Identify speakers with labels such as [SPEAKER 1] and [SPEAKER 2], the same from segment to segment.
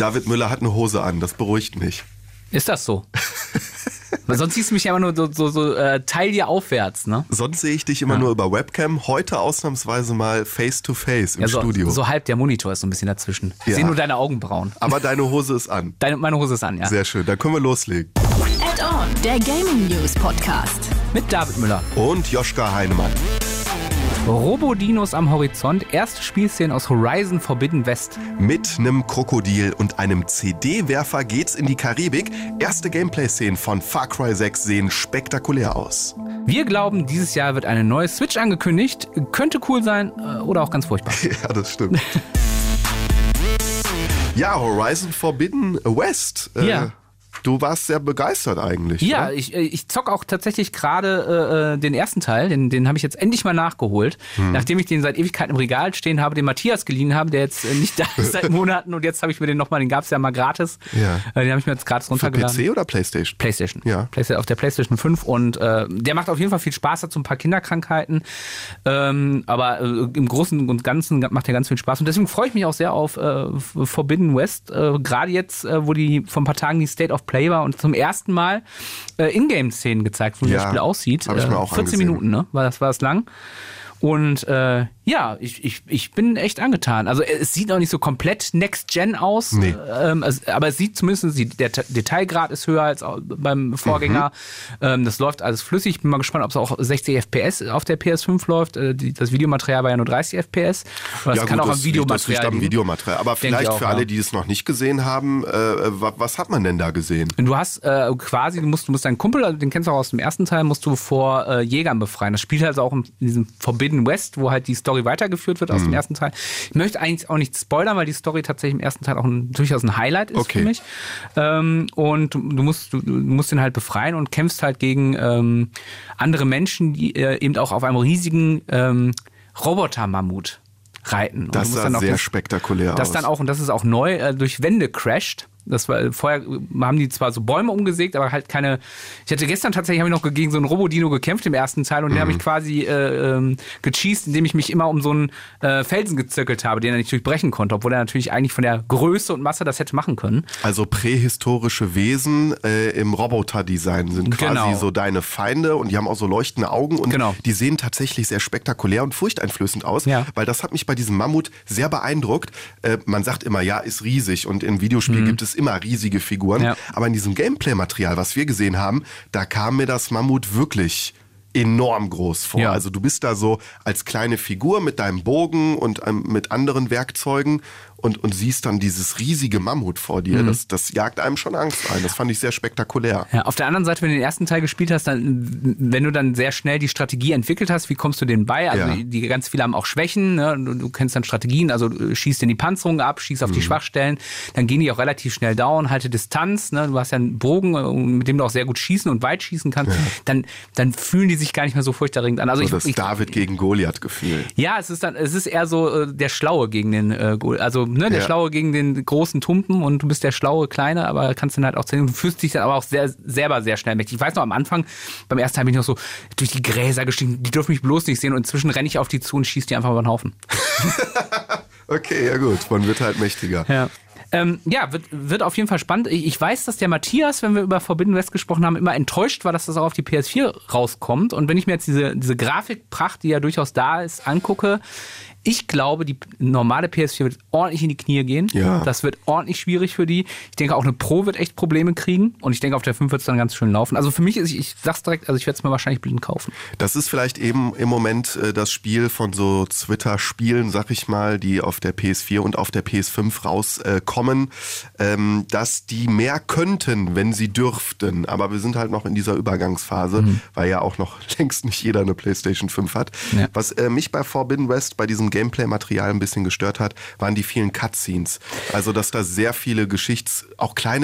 [SPEAKER 1] David Müller hat eine Hose an, das beruhigt mich.
[SPEAKER 2] Ist das so? Weil sonst siehst du mich ja immer nur so teil dir aufwärts, ne?
[SPEAKER 1] Sonst sehe ich dich immer nur über Webcam, heute ausnahmsweise mal face-to-face im Studio.
[SPEAKER 2] So halb der Monitor ist so ein bisschen dazwischen. Ich sehe nur deine Augenbrauen.
[SPEAKER 1] Aber deine Hose ist an.
[SPEAKER 2] Meine Hose ist an, ja.
[SPEAKER 1] Sehr schön, dann können wir loslegen.
[SPEAKER 3] Add-on, der Gaming News Podcast.
[SPEAKER 2] Mit David Müller.
[SPEAKER 1] Und Joschka Heinemann.
[SPEAKER 2] Robodinos am Horizont, erste Spielszenen aus Horizon Forbidden West.
[SPEAKER 1] Mit einem Krokodil und einem CD-Werfer geht's in die Karibik. Erste Gameplay-Szenen von Far Cry 6 sehen spektakulär aus.
[SPEAKER 2] Wir glauben, dieses Jahr wird eine neue Switch angekündigt. Könnte cool sein oder auch ganz furchtbar.
[SPEAKER 1] Ja, das stimmt. Ja, Horizon Forbidden West.
[SPEAKER 2] Ja.
[SPEAKER 1] Du warst sehr begeistert eigentlich.
[SPEAKER 2] Ja,
[SPEAKER 1] oder?
[SPEAKER 2] ich zock auch tatsächlich gerade den ersten Teil, den habe ich jetzt endlich mal nachgeholt, nachdem ich den seit Ewigkeiten im Regal stehen habe, den Matthias geliehen habe, der jetzt nicht da ist seit Monaten und jetzt habe ich mir den nochmal, den gab es ja mal gratis,
[SPEAKER 1] Ja.
[SPEAKER 2] Den habe ich mir jetzt gratis runtergeladen.
[SPEAKER 1] Für PC oder Playstation?
[SPEAKER 2] Playstation.
[SPEAKER 1] Ja.
[SPEAKER 2] Auf der Playstation 5 und der macht auf jeden Fall viel Spaß, hat so ein paar Kinderkrankheiten, aber im Großen und Ganzen macht er ganz viel Spaß und deswegen freue ich mich auch sehr auf Forbidden West, gerade jetzt, wo die vor ein paar Tagen die State of Play war und zum ersten Mal Ingame-Szenen gezeigt, wie das Spiel aussieht.
[SPEAKER 1] Hab ich mir auch
[SPEAKER 2] 14
[SPEAKER 1] angesehen.
[SPEAKER 2] Minuten, ne? War das lang. Und ja, ich bin echt angetan. Also es sieht auch nicht so komplett Next-Gen aus,
[SPEAKER 1] Nee.
[SPEAKER 2] aber es sieht zumindest, der Detailgrad ist höher als beim Vorgänger. Das läuft alles flüssig. Ich bin mal gespannt, ob es auch 60 FPS auf der PS5 läuft. Das Videomaterial war ja nur 30 FPS. Aber das kann auch am Videomaterial
[SPEAKER 1] Das liegt am Videomaterial. Aber vielleicht
[SPEAKER 2] auch,
[SPEAKER 1] für alle, die es noch nicht gesehen haben, was hat man denn da gesehen?
[SPEAKER 2] Du hast quasi, du musst deinen Kumpel, also den kennst du auch aus dem ersten Teil, musst du vor Jägern befreien. Das spielt also auch in diesem Forbidden West, wo halt die Story weitergeführt wird aus dem ersten Teil. Ich möchte eigentlich auch nicht spoilern, weil die Story tatsächlich im ersten Teil auch durchaus ein Highlight ist für mich. Und du musst den halt befreien und kämpfst halt gegen andere Menschen, die eben auch auf einem riesigen Roboter-Mammut reiten. Und
[SPEAKER 1] Das sah
[SPEAKER 2] dann auch
[SPEAKER 1] sehr spektakulär aus.
[SPEAKER 2] dann auch, und das ist auch neu, durch Wände crasht. Das war vorher, haben die zwar so Bäume umgesägt, aber halt keine. Ich hatte gestern tatsächlich noch gegen so einen Robodino gekämpft im ersten Teil und den habe ich quasi gecheased, indem ich mich immer um so einen Felsen gezirkelt habe, den er nicht durchbrechen konnte, obwohl er natürlich eigentlich von der Größe und Masse das hätte machen können.
[SPEAKER 1] Also prähistorische Wesen im Roboter-Design sind quasi so deine Feinde und die haben auch so leuchtende Augen und die sehen tatsächlich sehr spektakulär und furchteinflößend aus, weil das hat mich bei diesem Mammut sehr beeindruckt. Man sagt immer, ja, ist riesig und im Videospiel gibt es immer riesige Figuren, aber in diesem Gameplay-Material, was wir gesehen haben, da kam mir das Mammut wirklich enorm groß vor. Also du bist da so als kleine Figur mit deinem Bogen und mit anderen Werkzeugen und siehst dann dieses riesige Mammut vor dir. Das jagt einem schon Angst ein. Das fand ich sehr spektakulär.
[SPEAKER 2] Ja, auf der anderen Seite, wenn du den ersten Teil gespielt hast, dann, wenn du dann sehr schnell die Strategie entwickelt hast, wie kommst du denen bei? Also die ganz viele haben auch Schwächen. Ne? Du kennst dann Strategien, also du schießt in die Panzerung ab, schießt auf die Schwachstellen, dann gehen die auch relativ schnell down, halte Distanz. Ne? Du hast ja einen Bogen, mit dem du auch sehr gut schießen und weit schießen kannst. Dann fühlen die sich gar nicht mehr so furchterregend an. Also
[SPEAKER 1] so das David gegen Goliath-Gefühl.
[SPEAKER 2] Ja, es ist eher so der Schlaue gegen den Goliath. Also der Schlaue gegen den großen Tumpen und du bist der Schlaue Kleine, aber kannst dann halt auch zählen. Du fühlst dich dann aber auch selber sehr schnell mächtig. Ich weiß noch, am Anfang, beim ersten Teil bin ich noch so durch die Gräser gestiegen, die dürfen mich bloß nicht sehen und inzwischen renne ich auf die zu und schieße die einfach über den Haufen.
[SPEAKER 1] Okay, ja gut, man wird halt mächtiger.
[SPEAKER 2] Ja. Wird auf jeden Fall spannend. Ich weiß, dass der Matthias, wenn wir über Forbidden West gesprochen haben, immer enttäuscht war, dass das auch auf die PS4 rauskommt. Und wenn ich mir jetzt diese Grafikpracht, die ja durchaus da ist, angucke, ich glaube, die normale PS4 wird ordentlich in die Knie gehen.
[SPEAKER 1] Ja.
[SPEAKER 2] Das wird ordentlich schwierig für die. Ich denke, auch eine Pro wird echt Probleme kriegen. Und ich denke, auf der 5 wird es dann ganz schön laufen. Also für mich ist, ich sag's direkt, also ich werde es mir wahrscheinlich blind kaufen.
[SPEAKER 1] Das ist vielleicht eben im Moment das Spiel von so Twitter-Spielen, sag ich mal, die auf der PS4 und auf der PS5 rauskommen, dass die mehr könnten, wenn sie dürften. Aber wir sind halt noch in dieser Übergangsphase, weil ja auch noch längst nicht jeder eine PlayStation 5 hat. Ja. Was mich bei Forbidden West, bei diesem Gameplay-Material ein bisschen gestört hat, waren die vielen Cutscenes. Also, dass da sehr viele auch kleine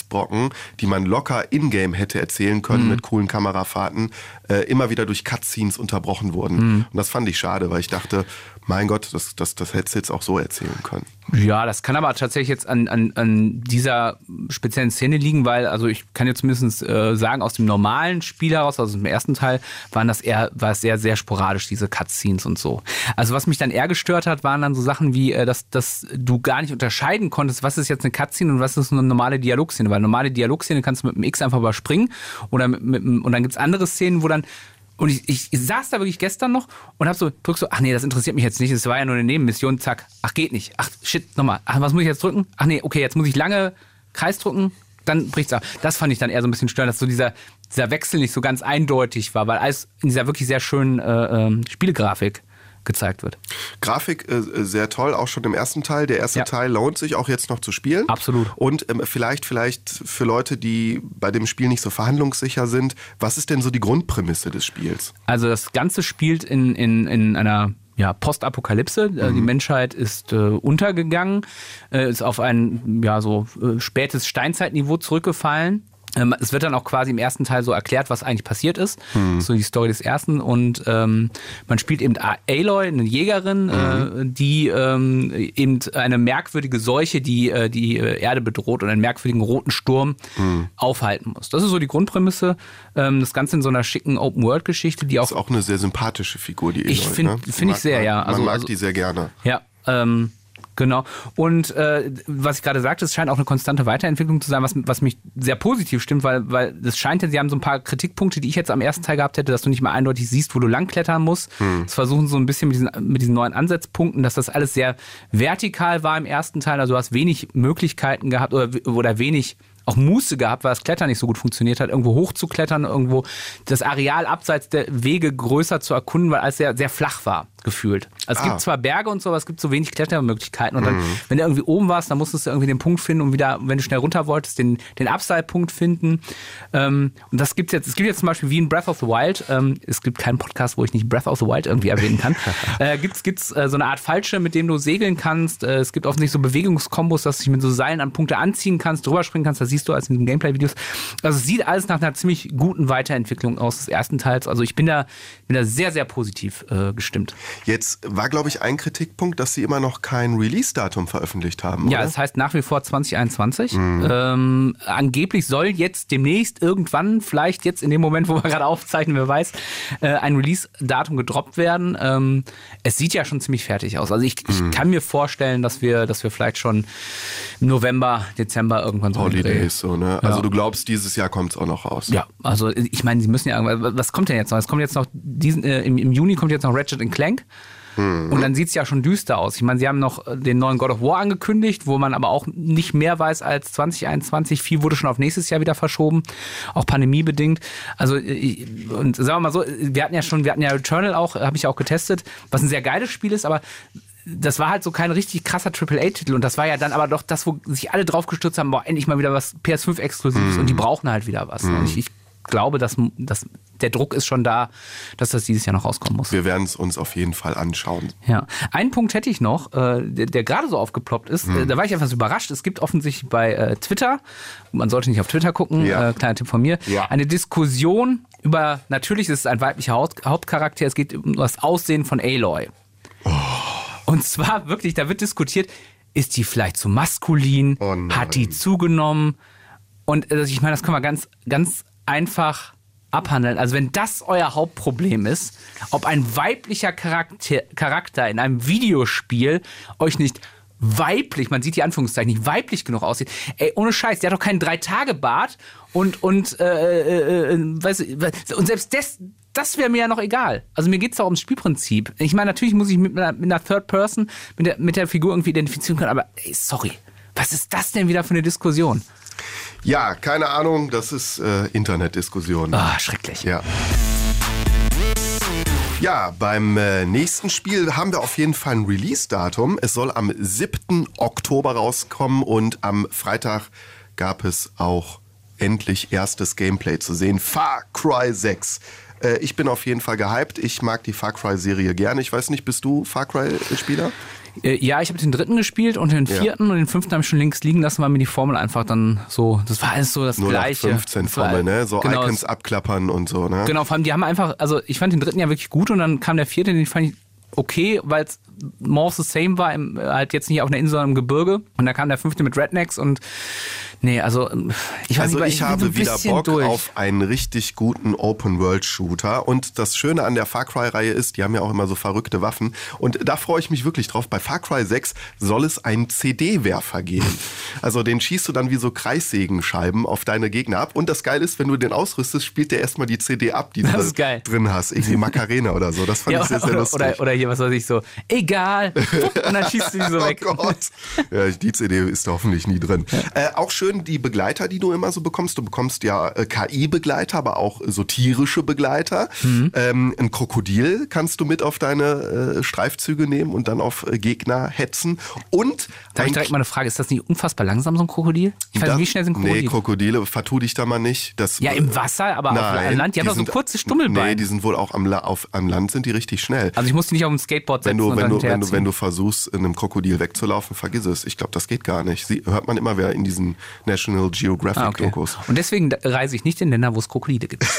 [SPEAKER 1] Textbrocken, die man locker in-game hätte erzählen können mit coolen Kamerafahrten, immer wieder durch Cutscenes unterbrochen wurden. Und das fand ich schade, weil ich dachte, mein Gott, das hättest du jetzt auch so erzählen können.
[SPEAKER 2] Ja, das kann aber tatsächlich jetzt an dieser speziellen Szene liegen, weil, also ich kann jetzt zumindest sagen, aus dem normalen Spiel heraus, also im ersten Teil, war es sehr, sehr sporadisch, diese Cutscenes und so. Also was mich dann eher gestört hat, waren dann so Sachen wie, dass du gar nicht unterscheiden konntest, was ist jetzt eine Cutscene und was ist eine normale Dialogszene, weil normale Dialogszene kannst du mit dem X einfach überspringen und dann gibt's andere Szenen, wo dann und ich saß da wirklich gestern noch und hab drück so, ach nee, das interessiert mich jetzt nicht, es war ja nur eine Nebenmission, zack, ach geht nicht, ach shit, nochmal, ach was muss ich jetzt drücken? Ach nee, okay, jetzt muss ich lange Kreis drücken, dann bricht's ab. Das fand ich dann eher so ein bisschen störend, dass so dieser Wechsel nicht so ganz eindeutig war, weil alles in dieser wirklich sehr schönen Spielgrafik gezeigt wird.
[SPEAKER 1] Grafik sehr toll, auch schon im ersten Teil. Der erste Teil lohnt sich auch jetzt noch zu spielen.
[SPEAKER 2] Absolut.
[SPEAKER 1] Und vielleicht für Leute, die bei dem Spiel nicht so verhandlungssicher sind, was ist denn so die Grundprämisse des Spiels?
[SPEAKER 2] Also das Ganze spielt in einer Postapokalypse. Die Menschheit ist untergegangen, ist auf ein spätes Steinzeitniveau zurückgefallen. Es wird dann auch quasi im ersten Teil so erklärt, was eigentlich passiert ist. So die Story des ersten. Und man spielt eben Aloy, eine Jägerin, die eben eine merkwürdige Seuche, die Erde bedroht und einen merkwürdigen roten Sturm aufhalten muss. Das ist so die Grundprämisse. Das Ganze in so einer schicken Open-World-Geschichte, die auch... Das
[SPEAKER 1] ist auch eine sehr sympathische Figur, die Aloy.
[SPEAKER 2] Ich finde ich sehr, ja.
[SPEAKER 1] Man mag die sehr gerne.
[SPEAKER 2] Ja, genau. Und was ich gerade sagte, es scheint auch eine konstante Weiterentwicklung zu sein, was mich sehr positiv stimmt, weil das scheint ja, sie haben so ein paar Kritikpunkte, die ich jetzt am ersten Teil gehabt hätte, dass du nicht mal eindeutig siehst, wo du langklettern musst. Das versuchen so ein bisschen mit diesen neuen Ansatzpunkten, dass das alles sehr vertikal war im ersten Teil. Also du hast wenig Möglichkeiten gehabt oder wenig auch Muße gehabt, weil das Klettern nicht so gut funktioniert hat, irgendwo hochzuklettern, irgendwo das Areal abseits der Wege größer zu erkunden, weil alles sehr, sehr flach war, gefühlt. Also es gibt zwar Berge und so, aber es gibt so wenig Klettermöglichkeiten. Und dann, wenn du irgendwie oben warst, dann musstest du irgendwie den Punkt finden und wieder, wenn du schnell runter wolltest, den Abseilpunkt finden. Und das gibt's jetzt. Es gibt jetzt zum Beispiel wie in Breath of the Wild, es gibt keinen Podcast, wo ich nicht Breath of the Wild irgendwie erwähnen kann, gibt's so eine Art Fallschirm, mit dem du segeln kannst. Es gibt offensichtlich so Bewegungskombos, dass du dich mit so Seilen an Punkte anziehen kannst, drüber springen kannst. Das siehst du als in den Gameplay-Videos. Also es sieht alles nach einer ziemlich guten Weiterentwicklung aus des ersten Teils. Also ich bin da sehr, sehr positiv gestimmt.
[SPEAKER 1] Jetzt war, glaube ich, ein Kritikpunkt, dass sie immer noch kein Release-Datum veröffentlicht haben,
[SPEAKER 2] Ja,
[SPEAKER 1] oder?
[SPEAKER 2] das heißt nach wie vor 2021. Angeblich soll jetzt demnächst irgendwann, vielleicht jetzt in dem Moment, wo wir gerade aufzeichnen, wer weiß, ein Release-Datum gedroppt werden. Es sieht ja schon ziemlich fertig aus. Also ich kann mir vorstellen, dass wir vielleicht schon im November, Dezember irgendwann so
[SPEAKER 1] Holidays, so, ne? Also du glaubst, dieses Jahr kommt es auch noch raus.
[SPEAKER 2] Ja, also ich meine, sie müssen ja irgendwann, was kommt denn jetzt noch? Es kommt jetzt noch, im Juni kommt jetzt noch Ratchet & Clank. Und dann sieht es ja schon düster aus. Ich meine, sie haben noch den neuen God of War angekündigt, wo man aber auch nicht mehr weiß als 2021. Viel wurde schon auf nächstes Jahr wieder verschoben, auch pandemiebedingt. Also, und sagen wir mal so, wir hatten ja Returnal auch, habe ich auch getestet, was ein sehr geiles Spiel ist, aber das war halt so kein richtig krasser AAA-Titel und das war ja dann aber doch das, wo sich alle drauf gestürzt haben, boah, endlich mal wieder was PS5-Exklusives und die brauchen halt wieder was. Und ich glaube, dass der Druck ist schon da, dass das dieses Jahr noch rauskommen muss.
[SPEAKER 1] Wir werden es uns auf jeden Fall anschauen.
[SPEAKER 2] Ja, einen Punkt hätte ich noch, der gerade so aufgeploppt ist. Da war ich etwas überrascht. Es gibt offensichtlich bei Twitter, man sollte nicht auf Twitter gucken, kleiner Tipp von mir, eine Diskussion über, natürlich ist es ein weiblicher Hauptcharakter, es geht um das Aussehen von Aloy. Und zwar wirklich, da wird diskutiert, ist die vielleicht zu maskulin? Hat die zugenommen? Und ich meine, das können wir ganz, ganz einfach abhandeln. Also wenn das euer Hauptproblem ist, ob ein weiblicher Charakter in einem Videospiel euch nicht weiblich, man sieht die Anführungszeichen, nicht weiblich genug aussieht. Ey, ohne Scheiß, der hat doch keinen 3-Tage-Bart und selbst das wäre mir ja noch egal. Also mir geht's doch ums Spielprinzip. Ich meine, natürlich muss ich mit einer Third Person, mit der Figur irgendwie identifizieren können, aber ey, sorry, was ist das denn wieder für eine Diskussion?
[SPEAKER 1] Ja, keine Ahnung, das ist Internetdiskussion.
[SPEAKER 2] Schrecklich.
[SPEAKER 1] Ja. Ja, beim nächsten Spiel haben wir auf jeden Fall ein Release-Datum. Es soll am 7. Oktober rauskommen und am Freitag gab es auch endlich erstes Gameplay zu sehen. Far Cry 6. Ich bin auf jeden Fall gehypt. Ich mag die Far Cry-Serie gerne. Ich weiß nicht, bist du Far Cry-Spieler?
[SPEAKER 2] Ja, ich habe den 3. gespielt und den 4. und den 5. habe ich schon links liegen lassen, weil mir die Formel einfach dann so, das war alles so das Gleiche.
[SPEAKER 1] 0815 Formel, ne? So genau, Icons abklappern und so, ne?
[SPEAKER 2] Genau, vor allem die haben einfach, also ich fand den 3. ja wirklich gut und dann kam der 4., den fand ich okay, weil es more of the same war, halt jetzt nicht auf einer Insel, sondern im Gebirge. Und da kam der 5. mit Rednecks und nee, also ich weiß nicht,
[SPEAKER 1] ich habe wieder Bock auf einen richtig guten Open-World-Shooter und das Schöne an der Far Cry-Reihe ist, die haben ja auch immer so verrückte Waffen und da freue ich mich wirklich drauf. Bei Far Cry 6 soll es einen CD-Werfer geben. Also den schießt du dann wie so Kreissägenscheiben auf deine Gegner ab und das Geile ist, wenn du den ausrüstest, spielt der erstmal die CD ab, die du drin hast. Irgendwie Macarena oder so. Das fand ich sehr, sehr lustig.
[SPEAKER 2] Oder hier, was weiß ich, so, egal. Und dann schießt du die so weg.
[SPEAKER 1] Oh Gott. Ja, die CD ist da hoffentlich nie drin. Auch schön die Begleiter, die du immer so bekommst. Du bekommst ja KI-Begleiter, aber auch so tierische Begleiter. Ein Krokodil kannst du mit auf deine Streifzüge nehmen und dann auf Gegner hetzen. Und
[SPEAKER 2] da habe ich direkt mal eine Frage. Ist das nicht unfassbar langsam, so ein Krokodil? Ich weiß nicht, wie schnell sind Krokodile?
[SPEAKER 1] Nee, Krokodile, vertu dich da mal nicht.
[SPEAKER 2] Ja, im Wasser, aber auf Land. Die haben doch so kurze Stummelbeine.
[SPEAKER 1] Nee, die sind wohl auch am Land sind die richtig schnell.
[SPEAKER 2] Also ich muss die nicht auf dem Skateboard setzen
[SPEAKER 1] wenn du versuchst, in einem Krokodil wegzulaufen, vergiss es. Ich glaube, das geht gar nicht. Hört man immer wieder in diesen National Geographic Dokus.
[SPEAKER 2] Und deswegen reise ich nicht in Länder, wo es Krokodile gibt.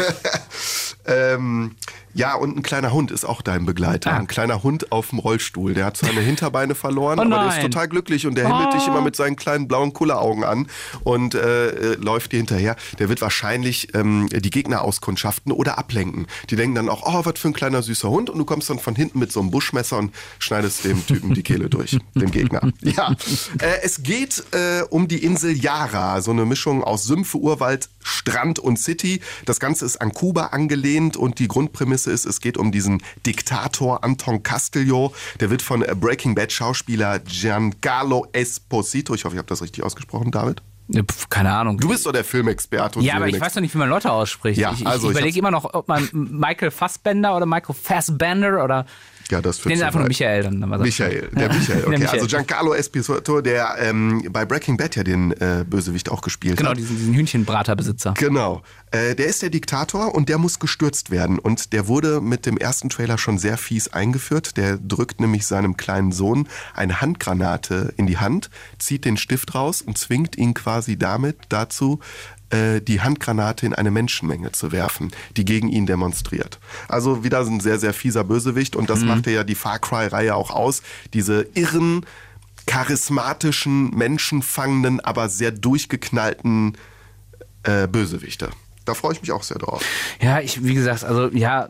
[SPEAKER 1] Ja, und ein kleiner Hund ist auch dein Begleiter. Ein kleiner Hund auf dem Rollstuhl. Der hat seine Hinterbeine verloren, aber der ist total glücklich und der himmelt dich immer mit seinen kleinen blauen Kulleraugen an und läuft dir hinterher. Der wird wahrscheinlich die Gegner auskundschaften oder ablenken. Die denken dann auch, oh, was für ein kleiner süßer Hund und du kommst dann von hinten mit so einem Buschmesser und schneidest dem Typen die Kehle durch, dem Gegner. Ja, es geht um die Insel Yara, so eine Mischung aus Sümpfe, Urwald, Strand und City. Das Ganze ist an Kuba angelehnt und die Grundprämisse ist, es geht um diesen Diktator Anton Castillo. Der wird von Breaking Bad Schauspieler Giancarlo Esposito, ich hoffe, ich habe das richtig ausgesprochen, David?
[SPEAKER 2] Keine Ahnung.
[SPEAKER 1] Du bist doch der Filmexperte.
[SPEAKER 2] Ja, aber ich weiß doch nicht, wie man Leute ausspricht.
[SPEAKER 1] Ja,
[SPEAKER 2] ich überlege immer noch, ob man Michael Fassbender oder Michael Fassbender oder...
[SPEAKER 1] Ja, das
[SPEAKER 2] wird einfach nur Michael dann.
[SPEAKER 1] Michael, okay. Also Giancarlo Esposito, der bei Breaking Bad ja den Bösewicht auch gespielt
[SPEAKER 2] hat. Genau,
[SPEAKER 1] hat.
[SPEAKER 2] Diesen Hühnchenbraterbesitzer.
[SPEAKER 1] Genau. Der ist der Diktator und der muss gestürzt werden. Und der wurde mit dem ersten Trailer schon sehr fies eingeführt. Der drückt nämlich seinem kleinen Sohn eine Handgranate in die Hand, zieht den Stift raus und zwingt ihn quasi damit dazu, die Handgranate in eine Menschenmenge zu werfen, die gegen ihn demonstriert. Also wieder ein sehr, sehr fieser Bösewicht und das macht ja die Far Cry-Reihe auch aus. Diese irren, charismatischen, menschenfangenden, aber sehr durchgeknallten Bösewichte. Da freue ich mich auch sehr drauf.
[SPEAKER 2] Ja, wie gesagt, also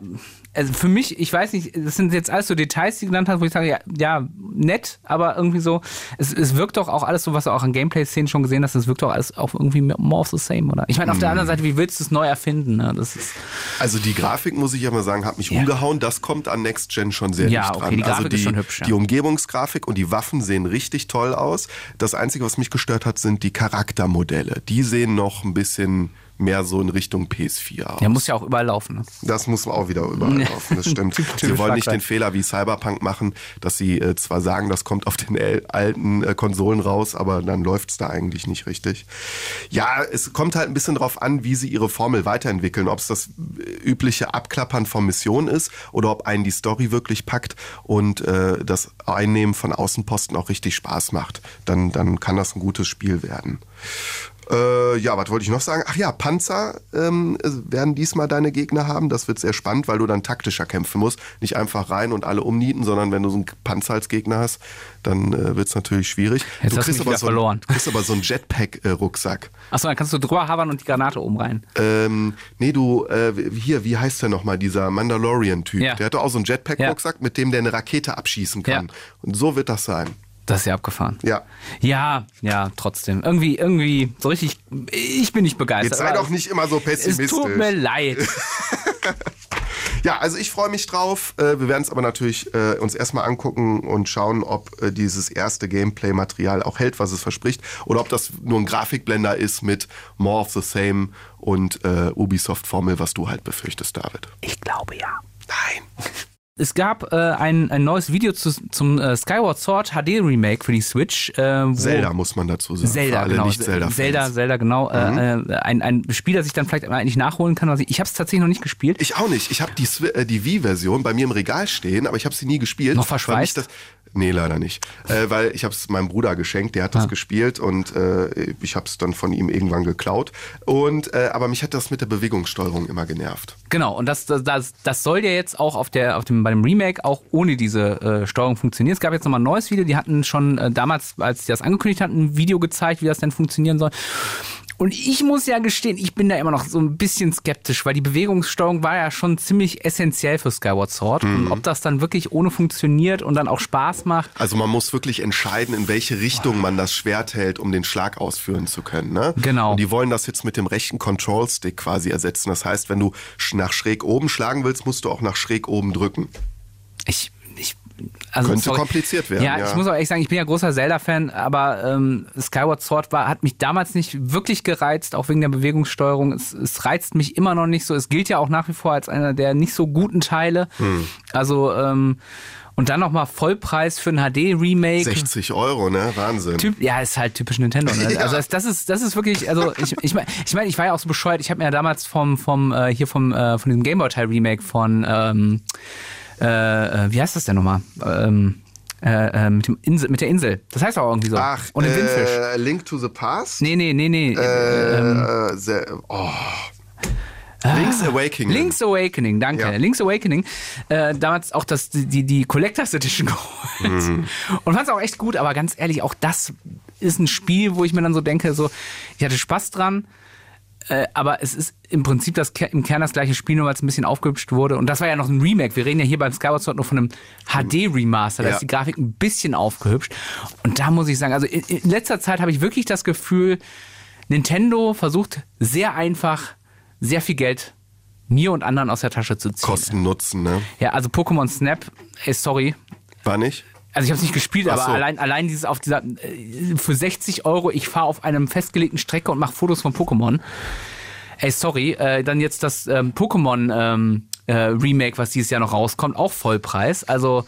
[SPEAKER 2] für mich, ich weiß nicht, das sind jetzt alles so Details, die du genannt hast, wo ich sage, ja, nett, aber irgendwie so, es wirkt doch auch alles so, was du auch an Gameplay-Szenen schon gesehen hast, das wirkt doch alles auch irgendwie more of the same, oder? Ich meine, auf der anderen Seite, wie willst du es neu erfinden? Ne?
[SPEAKER 1] Also die Grafik, muss ich ja mal sagen, hat mich umgehauen. Das kommt an Next Gen schon sehr dicht dran.
[SPEAKER 2] Die Grafik ist schon hübsch.
[SPEAKER 1] Die Umgebungsgrafik und die Waffen sehen richtig toll aus. Das Einzige, was mich gestört hat, sind die Charaktermodelle. Die sehen noch ein bisschen mehr so in Richtung PS4 aus.
[SPEAKER 2] Der muss ja auch überall laufen. Ne?
[SPEAKER 1] Das muss auch wieder überall laufen, das stimmt. Sie wollen nicht den Fehler wie Cyberpunk machen, dass sie zwar sagen, das kommt auf den alten Konsolen raus, aber dann läuft es da eigentlich nicht richtig. Ja, es kommt halt ein bisschen drauf an, wie sie ihre Formel weiterentwickeln. Ob es das übliche Abklappern von Missionen ist oder ob einen die Story wirklich packt und das Einnehmen von Außenposten auch richtig Spaß macht. Dann kann das ein gutes Spiel werden. Was wollte ich noch sagen? Ach ja, Panzer werden diesmal deine Gegner haben. Das wird sehr spannend, weil du dann taktischer kämpfen musst. Nicht einfach rein und alle umnieten, sondern wenn du so einen Panzer als Gegner hast, dann wird es natürlich schwierig.
[SPEAKER 2] Jetzt hast du mich wieder verloren.
[SPEAKER 1] Du kriegst aber so einen Jetpack-Rucksack.
[SPEAKER 2] Achso, dann kannst du drüber havern und die Granate oben rein.
[SPEAKER 1] Wie heißt der nochmal, dieser Mandalorian-Typ? Ja. Der hat doch auch so einen Jetpack-Rucksack, mit dem der eine Rakete abschießen kann. Ja. Und so wird das sein.
[SPEAKER 2] Das ist ja abgefahren.
[SPEAKER 1] Ja.
[SPEAKER 2] Ja, trotzdem. Irgendwie so richtig, ich bin nicht begeistert.
[SPEAKER 1] Jetzt sei doch nicht immer so pessimistisch.
[SPEAKER 2] Es tut mir leid.
[SPEAKER 1] Ja, also ich freue mich drauf. Wir werden es aber natürlich uns erstmal angucken und schauen, ob dieses erste Gameplay-Material auch hält, was es verspricht. Oder ob das nur ein Grafikblender ist mit More of the Same und Ubisoft-Formel, was du halt befürchtest, David.
[SPEAKER 2] Ich glaube ja.
[SPEAKER 1] Nein.
[SPEAKER 2] Es gab ein neues Video zum Skyward Sword HD Remake für die Switch.
[SPEAKER 1] Zelda muss man dazu sagen.
[SPEAKER 2] Zelda, genau.
[SPEAKER 1] Nicht-Zelda-Fans.
[SPEAKER 2] Zelda, genau. Ein Spiel, das ich dann vielleicht eigentlich nachholen kann. Ich habe es tatsächlich noch nicht gespielt.
[SPEAKER 1] Ich auch nicht. Ich habe die Wii-Version bei mir im Regal stehen, aber ich habe sie nie gespielt.
[SPEAKER 2] Noch verschweißt?
[SPEAKER 1] Nee, leider nicht. Weil ich habe es meinem Bruder geschenkt, der hat das gespielt und ich habe es dann von ihm irgendwann geklaut. Aber mich hat das mit der Bewegungssteuerung immer genervt.
[SPEAKER 2] Genau, und das soll ja jetzt auch bei dem Remake auch ohne diese Steuerung funktionieren. Es gab jetzt nochmal ein neues Video, die hatten schon damals, als sie das angekündigt hatten, ein Video gezeigt, wie das denn funktionieren soll. Und ich muss ja gestehen, ich bin da immer noch so ein bisschen skeptisch, weil die Bewegungssteuerung war ja schon ziemlich essentiell für Skyward Sword. Und ob das dann wirklich ohne funktioniert und dann auch Spaß macht.
[SPEAKER 1] Also man muss wirklich entscheiden, in welche Richtung man das Schwert hält, um den Schlag ausführen zu können. Ne?
[SPEAKER 2] Genau.
[SPEAKER 1] Und die wollen das jetzt mit dem rechten Control-Stick quasi ersetzen. Das heißt, wenn du nach schräg oben schlagen willst, musst du auch nach schräg oben drücken. Könnte kompliziert werden.
[SPEAKER 2] Ja, ich muss auch ehrlich sagen, ich bin ja großer Zelda-Fan, aber Skyward Sword hat mich damals nicht wirklich gereizt, auch wegen der Bewegungssteuerung. Es reizt mich immer noch nicht so. Es gilt ja auch nach wie vor als einer der nicht so guten Teile. Also, und dann nochmal Vollpreis für ein HD-Remake.
[SPEAKER 1] 60 €, ne? Wahnsinn.
[SPEAKER 2] Ja, ist halt typisch Nintendo. Ne?
[SPEAKER 1] Ja.
[SPEAKER 2] Also das ist wirklich, also ich meine, ich war ja auch so bescheuert. Ich habe mir ja damals von diesem Gameboy-Teil-Remake von wie heißt das denn nochmal? Mit der Insel. Das heißt auch irgendwie so.
[SPEAKER 1] Ach,
[SPEAKER 2] und dem Windfisch.
[SPEAKER 1] Link to the Past?
[SPEAKER 2] Nee.
[SPEAKER 1] Link's Awakening.
[SPEAKER 2] Link's Awakening, danke. Ja. Link's Awakening. Damals auch die Collectors Edition geholt. Und fand's auch echt gut, aber ganz ehrlich, auch das ist ein Spiel, wo ich mir dann so denke, so, ich hatte Spaß dran. Aber es ist im Prinzip im Kern das gleiche Spiel, nur weil es ein bisschen aufgehübscht wurde. Und das war ja noch ein Remake. Wir reden ja hier beim Skyward Sword nur von einem HD-Remaster. Da ist die Grafik ein bisschen aufgehübscht. Und da muss ich sagen, also in letzter Zeit habe ich wirklich das Gefühl, Nintendo versucht sehr einfach, sehr viel Geld mir und anderen aus der Tasche zu ziehen.
[SPEAKER 1] Kosten-Nutzen, ne?
[SPEAKER 2] Ja, also Pokémon Snap, sorry.
[SPEAKER 1] War nicht?
[SPEAKER 2] Also ich habe es nicht gespielt, aber allein dieses auf dieser für 60 €, ich fahre auf einem festgelegten Strecke und mache Fotos von Pokémon. Sorry, dann jetzt das Pokémon Remake, was dieses Jahr noch rauskommt, auch Vollpreis. Also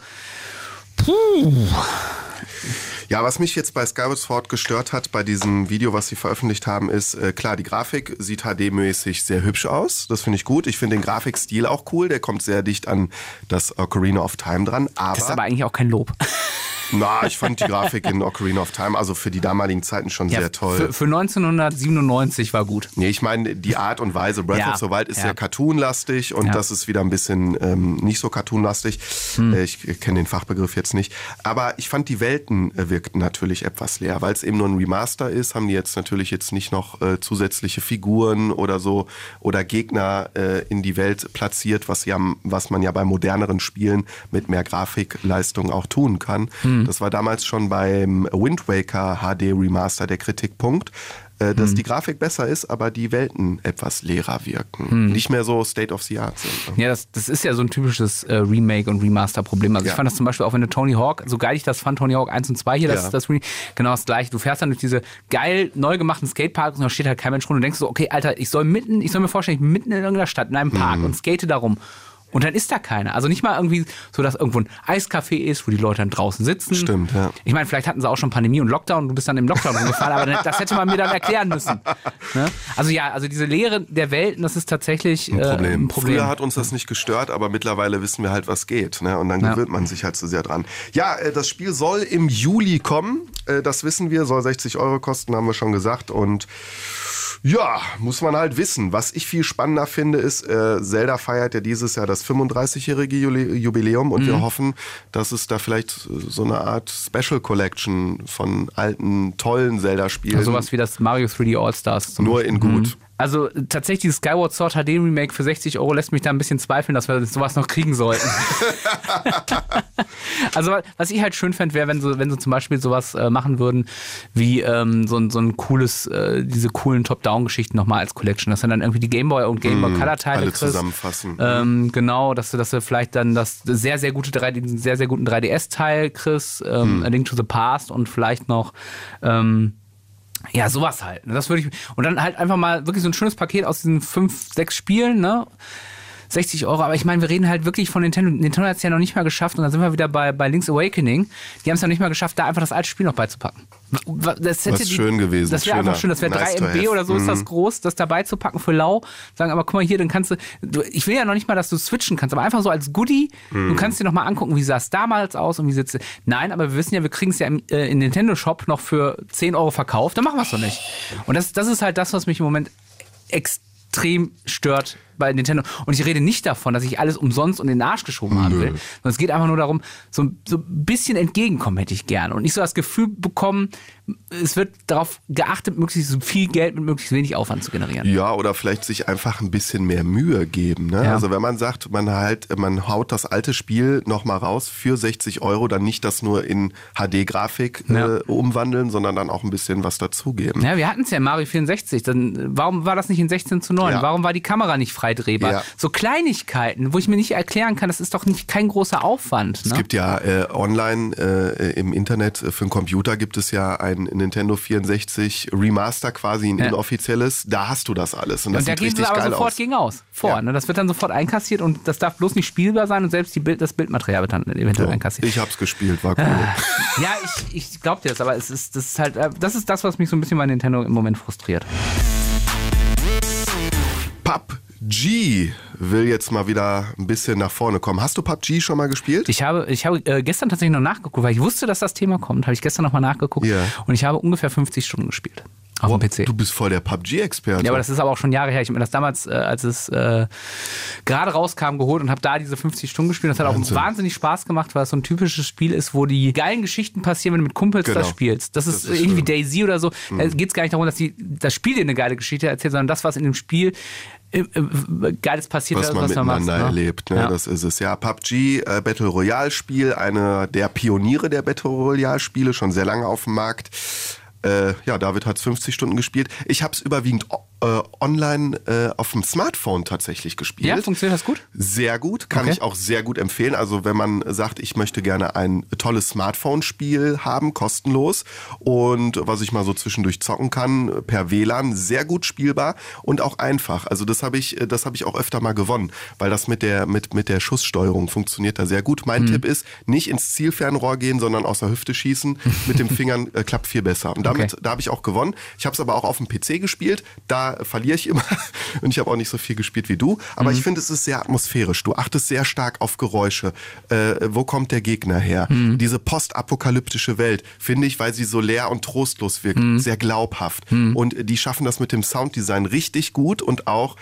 [SPEAKER 1] Ja, was mich jetzt bei Skyward Sword gestört hat, bei diesem Video, was sie veröffentlicht haben, ist, klar, die Grafik sieht HD-mäßig sehr hübsch aus. Das finde ich gut. Ich finde den Grafikstil auch cool. Der kommt sehr dicht an das Ocarina of Time dran.
[SPEAKER 2] Das ist aber eigentlich auch kein Lob.
[SPEAKER 1] Na, ich fand die Grafik in Ocarina of Time, also für die damaligen Zeiten schon sehr toll.
[SPEAKER 2] Für 1997 war gut.
[SPEAKER 1] Nee, ich meine, die Art und Weise, Breath of the Wild ist sehr cartoonlastig und das ist wieder ein bisschen nicht so cartoonlastig. Ich kenne den Fachbegriff jetzt nicht. Aber ich fand, die Welten wirkten natürlich etwas leer, weil es eben nur ein Remaster ist, haben die jetzt natürlich nicht noch zusätzliche Figuren oder so oder Gegner in die Welt platziert, was man ja bei moderneren Spielen mit mehr Grafikleistung auch tun kann. Das war damals schon beim Wind Waker HD Remaster der Kritikpunkt, dass die Grafik besser ist, aber die Welten etwas leerer wirken. Nicht mehr so State of the Art sind.
[SPEAKER 2] Ja, das ist ja so ein typisches Remake- und Remaster-Problem. Also ich fand das zum Beispiel auch, wenn du Tony Hawk, so geil ich das fand, Tony Hawk 1 und 2 hier, das genau das gleiche. Du fährst dann durch diese geil neu gemachten Skateparks und da steht halt kein Mensch rum und du denkst so, okay, Alter, ich soll mir vorstellen, ich bin mitten in irgendeiner Stadt, in einem Park und skate da rum. Und dann ist da keiner. Also nicht mal irgendwie so, dass irgendwo ein Eiscafé ist, wo die Leute dann draußen sitzen.
[SPEAKER 1] Stimmt, ja.
[SPEAKER 2] Ich meine, vielleicht hatten sie auch schon Pandemie und Lockdown und du bist dann im Lockdown rumgefahren, aber das hätte man mir dann erklären müssen. Ne? Also diese Leere der Welten, das ist tatsächlich ein Problem.
[SPEAKER 1] Früher hat uns das nicht gestört, aber mittlerweile wissen wir halt, was geht. Ne? Und dann gewöhnt man sich halt so sehr dran. Ja, das Spiel soll im Juli kommen. Das wissen wir, soll 60 € kosten, haben wir schon gesagt. Und ja, muss man halt wissen. Was ich viel spannender finde, ist, Zelda feiert ja dieses Jahr das 35-jährige Jubiläum und wir hoffen, dass es da vielleicht so eine Art Special Collection von alten, tollen Zelda-Spielen.
[SPEAKER 2] Also sowas wie das Mario 3D All-Stars.
[SPEAKER 1] Nur in gut.
[SPEAKER 2] Also tatsächlich dieses Skyward Sword HD Remake für 60 € lässt mich da ein bisschen zweifeln, dass wir sowas noch kriegen sollten. Also was ich halt schön fände, wäre, wenn sie zum Beispiel sowas machen würden, wie so ein cooles, diese coolen Top-Down-Geschichten nochmal als Collection, dass dann irgendwie die Gameboy und Gameboy Color-Teile
[SPEAKER 1] alle zusammenfassen.
[SPEAKER 2] Genau, dass du vielleicht dann das sehr, sehr guten 3DS-Teil kriegst, A Link to the Past und vielleicht noch ja, sowas halt. Das würde ich. Und dann halt einfach mal wirklich so ein schönes Paket aus diesen 5, 6 Spielen, ne? 60 €, aber ich meine, wir reden halt wirklich von Nintendo. Nintendo hat es ja noch nicht mal geschafft, und dann sind wir wieder bei Link's Awakening. Die haben es noch nicht mal geschafft, da einfach das alte Spiel noch beizupacken.
[SPEAKER 1] Das hätte schön gewesen.
[SPEAKER 2] Das wäre einfach schön, das wäre nice 3 MB oder so, ist das groß, das dabei zu packen für lau. Sagen, aber guck mal hier, dann kannst du, ich will ja noch nicht mal, dass du switchen kannst, aber einfach so als Goodie, du kannst dir noch mal angucken, wie sah es damals aus und wie sitzt. Nein, aber wir wissen ja, wir kriegen es ja im Nintendo Shop noch für 10 € verkauft, dann machen wir es doch nicht. Und das ist halt das, was mich im Moment extrem stört bei Nintendo. Und ich rede nicht davon, dass ich alles umsonst und in den Arsch geschoben haben will, sondern es geht einfach nur darum, so ein bisschen entgegenkommen hätte ich gerne. Und nicht so das Gefühl bekommen, es wird darauf geachtet, möglichst so viel Geld mit möglichst wenig Aufwand zu generieren.
[SPEAKER 1] Ja, oder vielleicht sich einfach ein bisschen mehr Mühe geben. Ne? Ja. Also wenn man sagt, man haut das alte Spiel nochmal raus für 60 €, dann nicht das nur in HD-Grafik umwandeln, sondern dann auch ein bisschen was dazugeben.
[SPEAKER 2] Ja, wir hatten es ja in Mario 64. Dann, warum war das nicht in 16:9? Ja. Warum war die Kamera nicht freidrehbar? Ja. So Kleinigkeiten, wo ich mir nicht erklären kann, das ist doch kein großer Aufwand. Ne?
[SPEAKER 1] Es gibt ja online im Internet für einen Computer gibt es ja ein Nintendo 64 Remaster, quasi ein inoffizielles. Da hast du das alles. Und das sieht richtig geil aus. Da gehen sie aber sofort
[SPEAKER 2] gegen aus. Ne? Das wird dann sofort einkassiert und das darf bloß nicht spielbar sein und selbst das Bildmaterial wird dann eventuell einkassiert.
[SPEAKER 1] Ich hab's gespielt, war cool.
[SPEAKER 2] Ja, ich glaub dir das, aber das ist das, was mich so ein bisschen bei Nintendo im Moment frustriert.
[SPEAKER 1] PUBG will jetzt mal wieder ein bisschen nach vorne kommen. Hast du PUBG schon mal gespielt?
[SPEAKER 2] Ich habe gestern tatsächlich noch nachgeguckt, weil ich wusste, dass das Thema kommt. Habe ich gestern noch mal nachgeguckt und ich habe ungefähr 50 Stunden gespielt. Auf dem PC.
[SPEAKER 1] Du bist voll der PUBG-Experte.
[SPEAKER 2] Ja, aber das ist aber auch schon Jahre her. Ich habe mir das damals, als es gerade rauskam, geholt und habe da diese 50 Stunden gespielt. Das hat auch wahnsinnig Spaß gemacht, weil es so ein typisches Spiel ist, wo die geilen Geschichten passieren, wenn du mit Kumpels das spielst. Das ist irgendwie Daisy oder so. Da geht es gar nicht darum, dass das Spiel dir eine geile Geschichte erzählt, sondern das, was in dem Spiel Geiles passiert,
[SPEAKER 1] was man miteinander erlebt. Ne? Ja. Das ist es. Ja, PUBG, Battle Royale Spiel, eine der Pioniere der Battle Royale Spiele, schon sehr lange auf dem Markt. David hat 50 Stunden gespielt. Ich habe es überwiegend online auf dem Smartphone tatsächlich gespielt.
[SPEAKER 2] Ja, funktioniert das gut?
[SPEAKER 1] Sehr gut, kann ich auch sehr gut empfehlen. Also wenn man sagt, ich möchte gerne ein tolles Smartphone-Spiel haben, kostenlos und was ich mal so zwischendurch zocken kann, per WLAN, sehr gut spielbar und auch einfach. Also das habe ich auch öfter mal gewonnen, weil das mit der Schusssteuerung funktioniert da sehr gut. Mein Tipp ist, nicht ins Zielfernrohr gehen, sondern aus der Hüfte schießen. Mit den Fingern klappt viel besser. Und da habe ich auch gewonnen. Ich habe es aber auch auf dem PC gespielt. Da verliere ich immer und ich habe auch nicht so viel gespielt wie du. Aber ich finde, es ist sehr atmosphärisch. Du achtest sehr stark auf Geräusche. Wo kommt der Gegner her? Diese postapokalyptische Welt, finde ich, weil sie so leer und trostlos wirkt, sehr glaubhaft. Und die schaffen das mit dem Sounddesign richtig gut und auch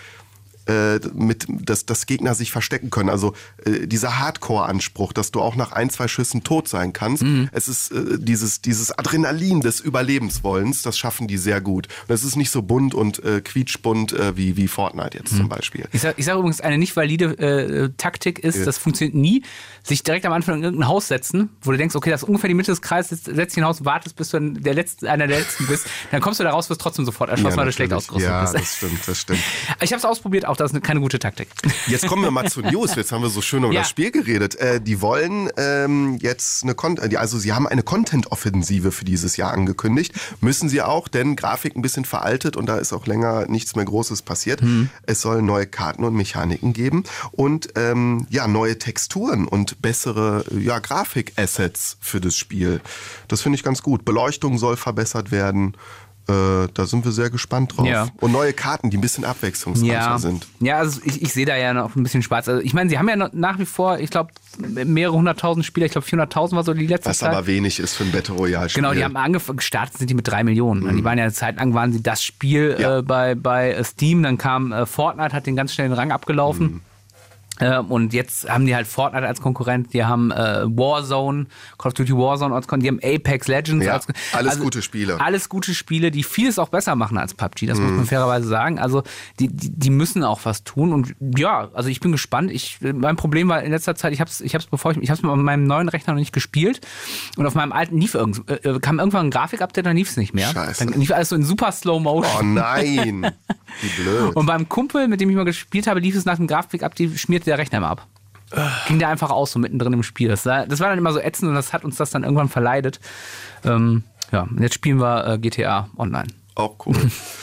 [SPEAKER 1] dass Gegner sich verstecken können. Also dieser Hardcore-Anspruch, dass du auch nach 1-2 Schüssen tot sein kannst. Es ist dieses Adrenalin des Überlebenswollens, das schaffen die sehr gut. Und es ist nicht so bunt und quietschbunt wie Fortnite jetzt zum Beispiel.
[SPEAKER 2] Ich sag übrigens, eine nicht valide Taktik ist, das funktioniert nie, sich direkt am Anfang in irgendein Haus setzen, wo du denkst, okay, das ist ungefähr die Mitte des Kreises, setzt dich in ein Haus, wartest, bis du einer der Letzten bist, dann kommst du da raus, wirst trotzdem sofort erschossen, weil du schlecht ausgerüstet bist.
[SPEAKER 1] Ja, das stimmt.
[SPEAKER 2] Ich habe es ausprobiert, auch das ist keine gute Taktik.
[SPEAKER 1] Jetzt kommen wir mal zu News. Jetzt haben wir so schön über das Spiel geredet. Die wollen jetzt sie haben eine Content-Offensive für dieses Jahr angekündigt. Müssen sie auch, denn Grafik ein bisschen veraltet und da ist auch länger nichts mehr Großes passiert. Es soll neue Karten und Mechaniken geben und neue Texturen und bessere Grafik-Assets für das Spiel. Das finde ich ganz gut. Beleuchtung soll verbessert werden. Da sind wir sehr gespannt drauf. Ja. Und neue Karten, die ein bisschen abwechslungsreicher sind.
[SPEAKER 2] Ja, also ich sehe da ja noch ein bisschen Spaß. Also ich meine, sie haben ja nach wie vor, ich glaube, mehrere 100.000 Spieler. Ich glaube, 400.000 war so die letzte Zeit.
[SPEAKER 1] Was aber wenig ist für ein Battle Royale-Spiel.
[SPEAKER 2] Genau, die haben gestartet sind die mit 3 Millionen. Die waren ja eine Zeit lang, waren sie das Spiel bei Steam. Dann kam Fortnite, hat den ganz schnell den Rang abgelaufen. Und jetzt haben die halt Fortnite als Konkurrent, die haben Warzone, Call of Duty Warzone als Konkurrent, die haben Apex Legends als
[SPEAKER 1] alles gute Spiele.
[SPEAKER 2] Alles gute Spiele, die vieles auch besser machen als PUBG, das muss man fairerweise sagen. Also die müssen auch was tun und ja, also ich bin gespannt. Mein Problem war in letzter Zeit, ich hab's mit meinem neuen Rechner noch nicht gespielt und auf meinem alten kam irgendwann ein Grafik-Update, dann lief es nicht mehr.
[SPEAKER 1] Scheiße.
[SPEAKER 2] Dann lief alles so in super Slow Motion.
[SPEAKER 1] Oh nein, wie blöd.
[SPEAKER 2] Und beim Kumpel, mit dem ich mal gespielt habe, lief es nach dem Grafik-Update, schmierte der Rechner immer ab. Ging der einfach aus, so mittendrin im Spiel. Das war dann immer so ätzend und das hat uns das dann irgendwann verleidet. Jetzt spielen wir GTA Online.
[SPEAKER 1] Auch cool.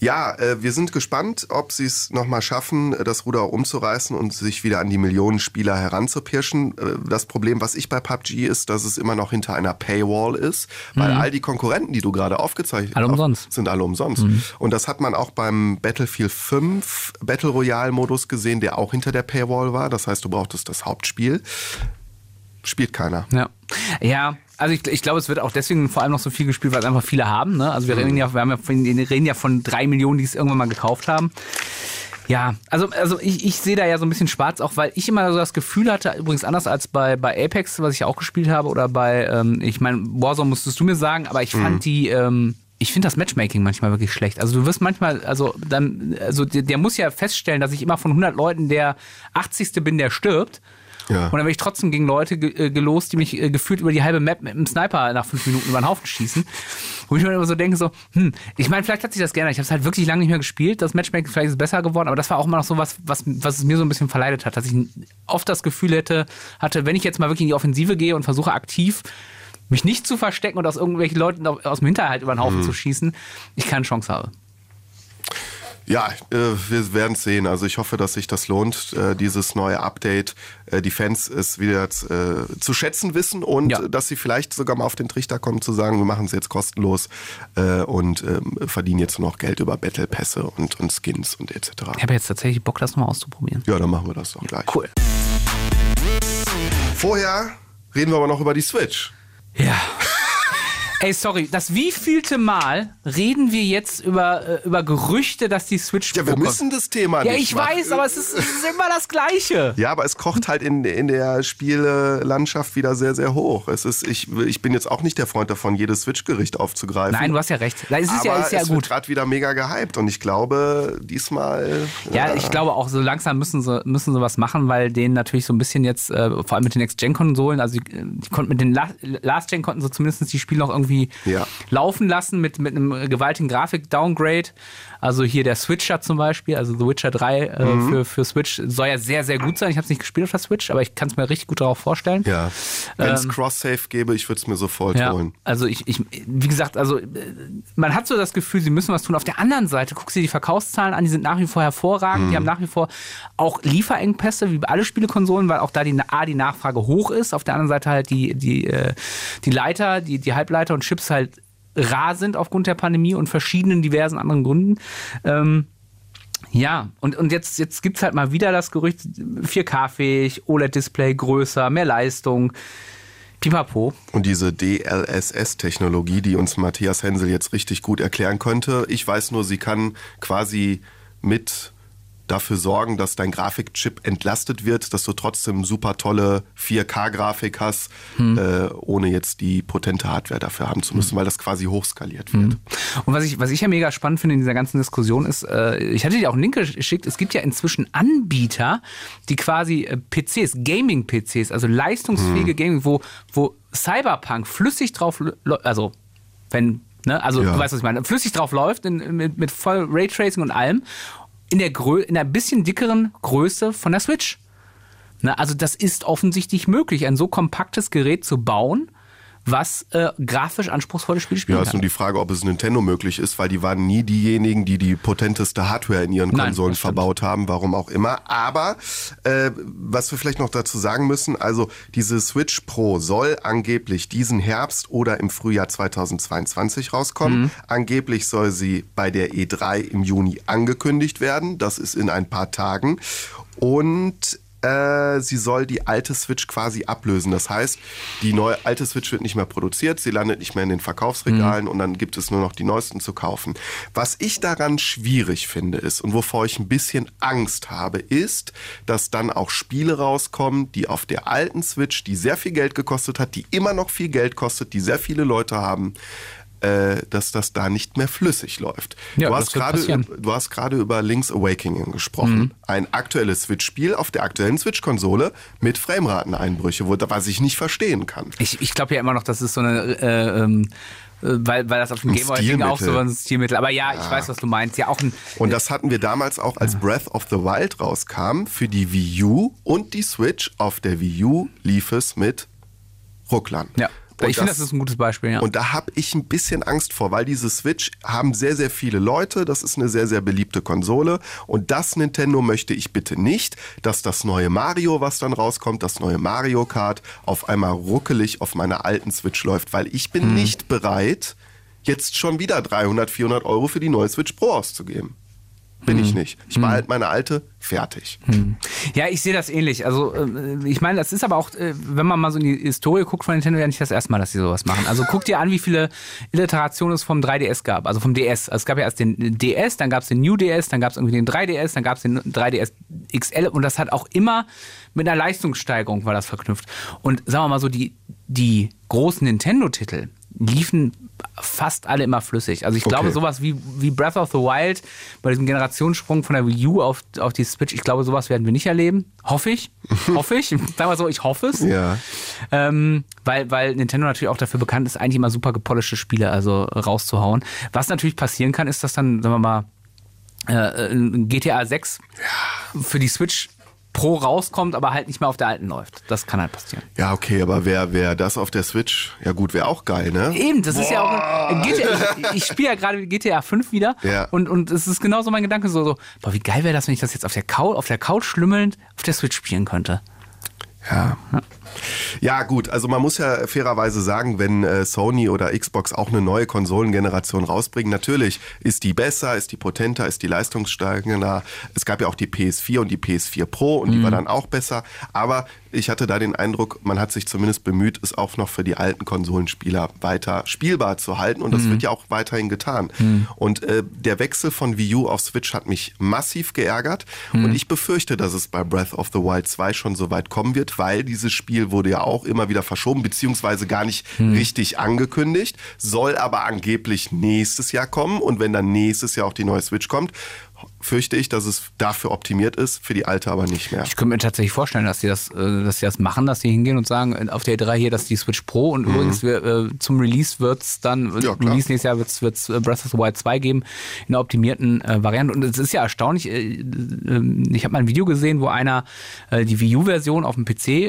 [SPEAKER 1] Ja, wir sind gespannt, ob sie es nochmal schaffen, das Ruder umzureißen und sich wieder an die Millionen Spieler heranzupirschen. Das Problem, was ich bei PUBG ist, dass es immer noch hinter einer Paywall ist, weil all die Konkurrenten, die du gerade aufgezeichnet hast, sind alle umsonst. Und das hat man auch beim Battlefield 5 Battle Royale Modus gesehen, der auch hinter der Paywall war. Das heißt, du brauchtest das Hauptspiel. Spielt keiner.
[SPEAKER 2] Ja. Also ich glaube, es wird auch deswegen vor allem noch so viel gespielt, weil es einfach viele haben. Ne? Also wir reden ja von 3 Millionen, die es irgendwann mal gekauft haben. Ja, also ich sehe da ja so ein bisschen schwarz, auch weil ich immer so das Gefühl hatte, übrigens anders als bei Apex, was ich ja auch gespielt habe, oder bei, ich meine, Warzone musstest du mir sagen, aber ich fand ich finde das Matchmaking manchmal wirklich schlecht. Also du wirst manchmal, der muss ja feststellen, dass ich immer von 100 Leuten der 80. bin, der stirbt. Ja. Und dann werde ich trotzdem gegen Leute gelost, die mich gefühlt über die halbe Map mit einem Sniper nach 5 Minuten über den Haufen schießen. Wo ich mir immer so denke, ich meine, vielleicht hat sich das geändert. Ich habe es halt wirklich lange nicht mehr gespielt. Das Matchmaking vielleicht ist besser geworden, aber das war auch immer noch so was es mir so ein bisschen verleidet hat, dass ich oft das Gefühl hatte, wenn ich jetzt mal wirklich in die Offensive gehe und versuche aktiv mich nicht zu verstecken und aus irgendwelchen Leuten aus dem Hinterhalt über den Haufen zu schießen, ich keine Chance habe.
[SPEAKER 1] Ja, wir werden es sehen. Also ich hoffe, dass sich das lohnt, dieses neue Update. Die Fans es wieder zu schätzen wissen und dass sie vielleicht sogar mal auf den Trichter kommen zu sagen, wir machen es jetzt kostenlos und verdienen jetzt noch Geld über Battle-Pässe und Skins und etc.
[SPEAKER 2] Ich habe jetzt tatsächlich Bock, das nochmal auszuprobieren.
[SPEAKER 1] Ja, dann machen wir das doch gleich.
[SPEAKER 2] Cool.
[SPEAKER 1] Vorher reden wir aber noch über die Switch.
[SPEAKER 2] Ja. Ey, sorry, das wievielte Mal reden wir jetzt über Gerüchte, dass die Switch
[SPEAKER 1] Ja, wir müssen das Thema nicht
[SPEAKER 2] Ja, ich weiß, aber es ist immer das Gleiche.
[SPEAKER 1] Ja, aber es kocht halt in der Spielelandschaft wieder sehr, sehr hoch. Ich bin jetzt auch nicht der Freund davon, jedes Switch-Gericht aufzugreifen.
[SPEAKER 2] Nein, du hast ja recht. Es ist
[SPEAKER 1] aber
[SPEAKER 2] ja
[SPEAKER 1] es
[SPEAKER 2] gut.
[SPEAKER 1] wird gerade wieder mega gehypt und ich glaube, diesmal...
[SPEAKER 2] Ja, ich glaube auch, so langsam müssen sie was machen, weil denen natürlich so ein bisschen jetzt, vor allem mit den Next-Gen-Konsolen, also die konnten mit den Last-Gen konnten sie zumindest die Spiele noch irgendwie laufen lassen mit einem gewaltigen Grafik-Downgrade. Also hier der Switcher zum Beispiel, also The Witcher 3 für Switch soll ja sehr, sehr gut sein. Ich habe es nicht gespielt auf der Switch, aber ich kann es mir richtig gut darauf vorstellen.
[SPEAKER 1] Ja, wenn es Cross-Save gäbe, ich würde es mir sofort holen.
[SPEAKER 2] Also wie gesagt, man hat so das Gefühl, sie müssen was tun. Auf der anderen Seite, guck dir die Verkaufszahlen an, die sind nach wie vor hervorragend. Die haben nach wie vor auch Lieferengpässe, wie bei alle Spielekonsolen, weil auch da die Nachfrage hoch ist. Auf der anderen Seite halt die Leiter, die Halbleiter und Chips halt rar sind aufgrund der Pandemie und verschiedenen diversen anderen Gründen. Ja, und jetzt gibt es halt mal wieder das Gerücht, 4K-fähig, OLED-Display größer, mehr Leistung, pipapo.
[SPEAKER 1] Und diese DLSS-Technologie, die uns Matthias Hensel jetzt richtig gut erklären könnte, ich weiß nur, sie kann quasi mit dafür sorgen, dass dein Grafikchip entlastet wird, dass du trotzdem super tolle 4K-Grafik hast, ohne jetzt die potente Hardware dafür haben zu müssen, weil das quasi hochskaliert wird.
[SPEAKER 2] Und was ich ja mega spannend finde in dieser ganzen Diskussion ist, ich hatte dir auch einen Link geschickt, es gibt ja inzwischen Anbieter, die quasi PCs, Gaming-PCs, also leistungsfähige Gaming, wo Cyberpunk flüssig drauf, also wenn, ne, also du weißt, was ich meine, flüssig drauf läuft, mit voll Raytracing und allem, in der bisschen dickeren Größe von der Switch. Na, also das ist offensichtlich möglich, ein so kompaktes Gerät zu bauen, was grafisch anspruchsvolle Spiele spielen kann.
[SPEAKER 1] Ja, ist nur die Frage, ob es Nintendo möglich ist, weil die waren nie diejenigen, die die potenteste Hardware in ihren Konsolen verbaut haben, warum auch immer. Aber was wir vielleicht noch dazu sagen müssen, also diese Switch Pro soll angeblich diesen Herbst oder im Frühjahr 2022 rauskommen. Angeblich soll sie bei der E3 im Juni angekündigt werden. Das ist in ein paar Tagen. Und sie soll die alte Switch quasi ablösen. Das heißt, die neue alte Switch wird nicht mehr produziert, sie landet nicht mehr in den Verkaufsregalen und dann gibt es nur noch die neuesten zu kaufen. Was ich daran schwierig finde ist und wovor ich ein bisschen Angst habe, ist, dass dann auch Spiele rauskommen, die auf der alten Switch, die sehr viel Geld gekostet hat, die immer noch viel Geld kostet, die sehr viele Leute haben, dass das da nicht mehr flüssig läuft.
[SPEAKER 2] Ja,
[SPEAKER 1] du hast gerade über Link's Awakening gesprochen. Ein aktuelles Switch-Spiel auf der aktuellen Switch-Konsole mit Framerateneinbrüche, was ich nicht verstehen kann.
[SPEAKER 2] Ich glaube ja immer noch, das ist so eine... weil das auf dem Gameboy auch so ein Stilmittel. Aber ja, ich weiß, was du meinst. Ja, auch
[SPEAKER 1] und das hatten wir damals auch, als Breath of the Wild rauskam, für die Wii U und die Switch. Auf der Wii U lief es mit Rucklern.
[SPEAKER 2] Ja. Ich finde, das ist ein gutes Beispiel, ja.
[SPEAKER 1] Und da habe ich ein bisschen Angst vor, weil diese Switch haben sehr, sehr viele Leute. Das ist eine sehr, sehr beliebte Konsole. Und das Nintendo möchte ich bitte nicht, dass das neue Mario, was dann rauskommt, das neue Mario Kart, auf einmal ruckelig auf meiner alten Switch läuft. Weil ich bin nicht bereit, jetzt schon wieder 300, 400 Euro für die neue Switch Pro auszugeben. Bin ich nicht. Ich behalte meine alte, fertig.
[SPEAKER 2] Ja, ich sehe das ähnlich. Also ich meine, das ist aber auch, wenn man mal so in die Historie guckt von Nintendo, ja nicht das erste Mal, dass sie sowas machen. Also guck dir an, wie viele Iterationen es vom 3DS gab, also vom DS. Also es gab ja erst den DS, dann gab es den New DS, dann gab es irgendwie den 3DS, dann gab es den 3DS XL und das hat auch immer mit einer Leistungssteigerung war das verknüpft. Und sagen wir mal so, die großen Nintendo-Titel liefen fast alle immer flüssig. Also ich glaube, sowas wie Breath of the Wild bei diesem Generationssprung von der Wii U auf die Switch, ich glaube, sowas werden wir nicht erleben. Hoffe ich. Sagen wir so, ich hoffe es.
[SPEAKER 1] Ja.
[SPEAKER 2] Weil Nintendo natürlich auch dafür bekannt ist, eigentlich immer super gepolischte Spiele also rauszuhauen. Was natürlich passieren kann, ist, dass dann, sagen wir mal, GTA 6 für die Switch Pro rauskommt, aber halt nicht mehr auf der alten läuft. Das kann halt passieren.
[SPEAKER 1] Ja, okay, aber wer das auf der Switch, ja gut, wäre auch geil, ne?
[SPEAKER 2] Eben, das ist ja auch GTA, ich spiele ja gerade GTA 5 wieder und es ist genauso mein Gedanke so, boah, wie geil wäre das, wenn ich das jetzt auf der Couch schlümmelnd auf der Switch spielen könnte.
[SPEAKER 1] Ja gut, also man muss ja fairerweise sagen, wenn Sony oder Xbox auch eine neue Konsolengeneration rausbringen, natürlich ist die besser, ist die potenter, ist die leistungssteigender. Es gab ja auch die PS4 und die PS4 Pro und die war dann auch besser, aber ich hatte da den Eindruck, man hat sich zumindest bemüht, es auch noch für die alten Konsolenspieler weiter spielbar zu halten und das wird ja auch weiterhin getan. Und der Wechsel von Wii U auf Switch hat mich massiv geärgert und ich befürchte, dass es bei Breath of the Wild 2 schon so weit kommen wird, weil dieses Spiel wurde ja auch immer wieder verschoben, beziehungsweise gar nicht richtig angekündigt, soll aber angeblich nächstes Jahr kommen und wenn dann nächstes Jahr auch die neue Switch kommt, fürchte ich, dass es dafür optimiert ist, für die alte aber nicht mehr.
[SPEAKER 2] Ich könnte mir tatsächlich vorstellen, dass sie das machen, dass sie hingehen und sagen, auf der E3 hier, das ist die Switch Pro und übrigens zum Release wird es dann, Release nächstes Jahr wird es Breath of the Wild 2 geben, in einer optimierten Variante. Und es ist ja erstaunlich, ich habe mal ein Video gesehen, wo einer die Wii U-Version auf dem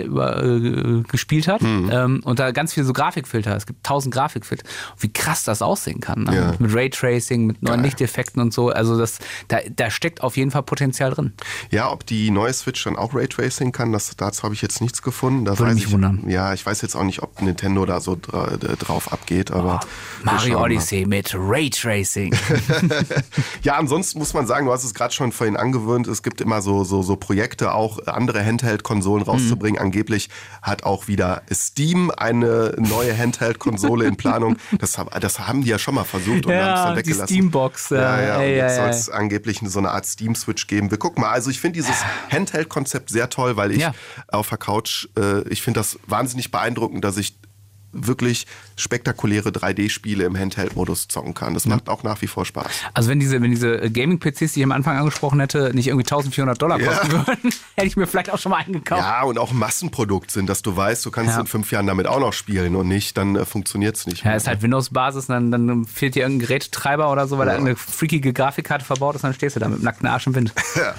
[SPEAKER 2] PC gespielt hat und da ganz viele so Grafikfilter, es gibt 1000 Grafikfilter. Wie krass das aussehen kann, ne? Mit Raytracing, mit neuen Lichteffekten und so, also da steckt auf jeden Fall Potenzial drin.
[SPEAKER 1] Ja, ob die neue Switch dann auch Raytracing kann, dazu habe ich jetzt nichts gefunden.
[SPEAKER 2] Würde mich wundern.
[SPEAKER 1] Ja, ich weiß jetzt auch nicht, ob Nintendo da so drauf abgeht. Aber
[SPEAKER 2] Mario Odyssey mit Raytracing.
[SPEAKER 1] Ja, ansonsten muss man sagen, du hast es gerade schon vorhin angewöhnt, es gibt immer so Projekte, auch andere Handheld-Konsolen rauszubringen. Angeblich hat auch wieder Steam eine neue Handheld-Konsole in Planung. Das haben die ja schon mal versucht und haben es dann weggelassen.
[SPEAKER 2] Die Steambox.
[SPEAKER 1] Jetzt soll es angeblich so eine Art Steam-Switch geben. Wir gucken mal. Also ich finde dieses Handheld-Konzept sehr toll, weil ich auf der Couch, ich finde das wahnsinnig beeindruckend, dass ich wirklich spektakuläre 3D-Spiele im Handheld-Modus zocken kann. Das macht auch nach wie vor Spaß.
[SPEAKER 2] Also wenn diese Gaming-PCs, die ich am Anfang angesprochen hätte, nicht irgendwie $1.400 kosten würden, hätte ich mir vielleicht auch schon mal eingekauft.
[SPEAKER 1] Ja, und auch ein Massenprodukt sind, dass du weißt, du kannst in 5 Jahren damit auch noch spielen und nicht, dann funktioniert es nicht mehr.
[SPEAKER 2] Ja, ist halt Windows-Basis, dann fehlt dir irgendein Gerätetreiber oder so, weil da eine freakige Grafikkarte verbaut ist, dann stehst du da mit dem nackten Arsch im Wind.
[SPEAKER 1] Ja.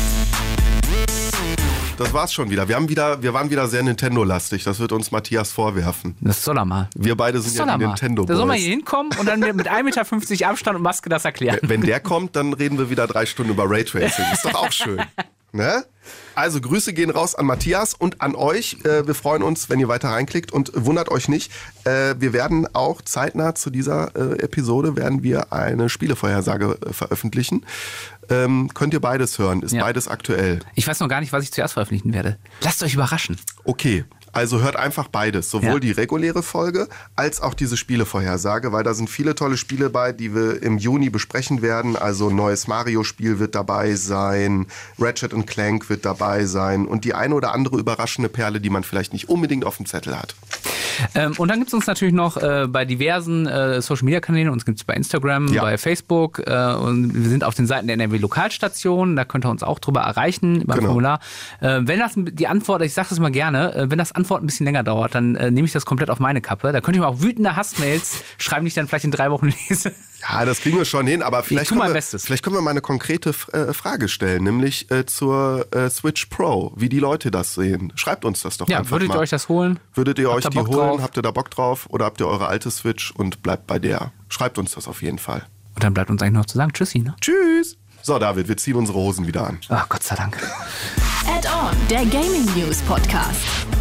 [SPEAKER 1] Das war's schon wieder. Wir waren wieder sehr Nintendo-lastig. Das wird uns Matthias vorwerfen.
[SPEAKER 2] Das soll er mal.
[SPEAKER 1] Wir beide sind ja die Nintendo-Boys.
[SPEAKER 2] Da soll man hier hinkommen und dann mit 1,50 Meter Abstand und Maske das erklären.
[SPEAKER 1] Wenn der kommt, dann reden wir wieder 3 Stunden über Raytracing. Ist doch auch schön. Ne? Also Grüße gehen raus an Matthias und an euch. Wir freuen uns, wenn ihr weiter reinklickt und wundert euch nicht. Wir werden auch zeitnah zu dieser Episode werden wir eine Spielevorhersage veröffentlichen. Könnt ihr beides hören, ist beides aktuell.
[SPEAKER 2] Ich weiß noch gar nicht, was ich zuerst veröffentlichen werde. Lasst euch überraschen.
[SPEAKER 1] Okay, also hört einfach beides, sowohl die reguläre Folge als auch diese Spielevorhersage, weil da sind viele tolle Spiele bei, die wir im Juni besprechen werden. Also ein neues Mario-Spiel wird dabei sein, Ratchet & Clank wird dabei sein und die eine oder andere überraschende Perle, die man vielleicht nicht unbedingt auf dem Zettel hat.
[SPEAKER 2] Und dann gibt es uns natürlich noch bei diversen Social-Media-Kanälen, uns gibt es bei Instagram, bei Facebook und wir sind auf den Seiten der NRW-Lokalstation, da könnt ihr uns auch drüber erreichen, beim Formular. Wenn das die Antwort, ich sage das mal gerne, wenn das Antwort ein bisschen länger dauert, dann nehme ich das komplett auf meine Kappe. Da könnt ihr mir auch wütende Hassmails schreiben, die ich dann vielleicht in 3 Wochen lese.
[SPEAKER 1] Ja, das kriegen wir schon hin, aber vielleicht können wir mal eine konkrete Frage stellen, nämlich zur Switch Pro, wie die Leute das sehen. Schreibt uns das doch einfach mal.
[SPEAKER 2] Würdet ihr euch das holen?
[SPEAKER 1] Würdet ihr euch die holen? Habt ihr da Bock drauf? Oder habt ihr eure alte Switch und bleibt bei der? Schreibt uns das auf jeden Fall.
[SPEAKER 2] Und dann bleibt uns eigentlich noch zu sagen, tschüssi, ne?
[SPEAKER 1] Tschüss! So, David, wir ziehen unsere Hosen wieder an.
[SPEAKER 2] Ach, Gott sei Dank.
[SPEAKER 3] Add-on, der Gaming News Podcast.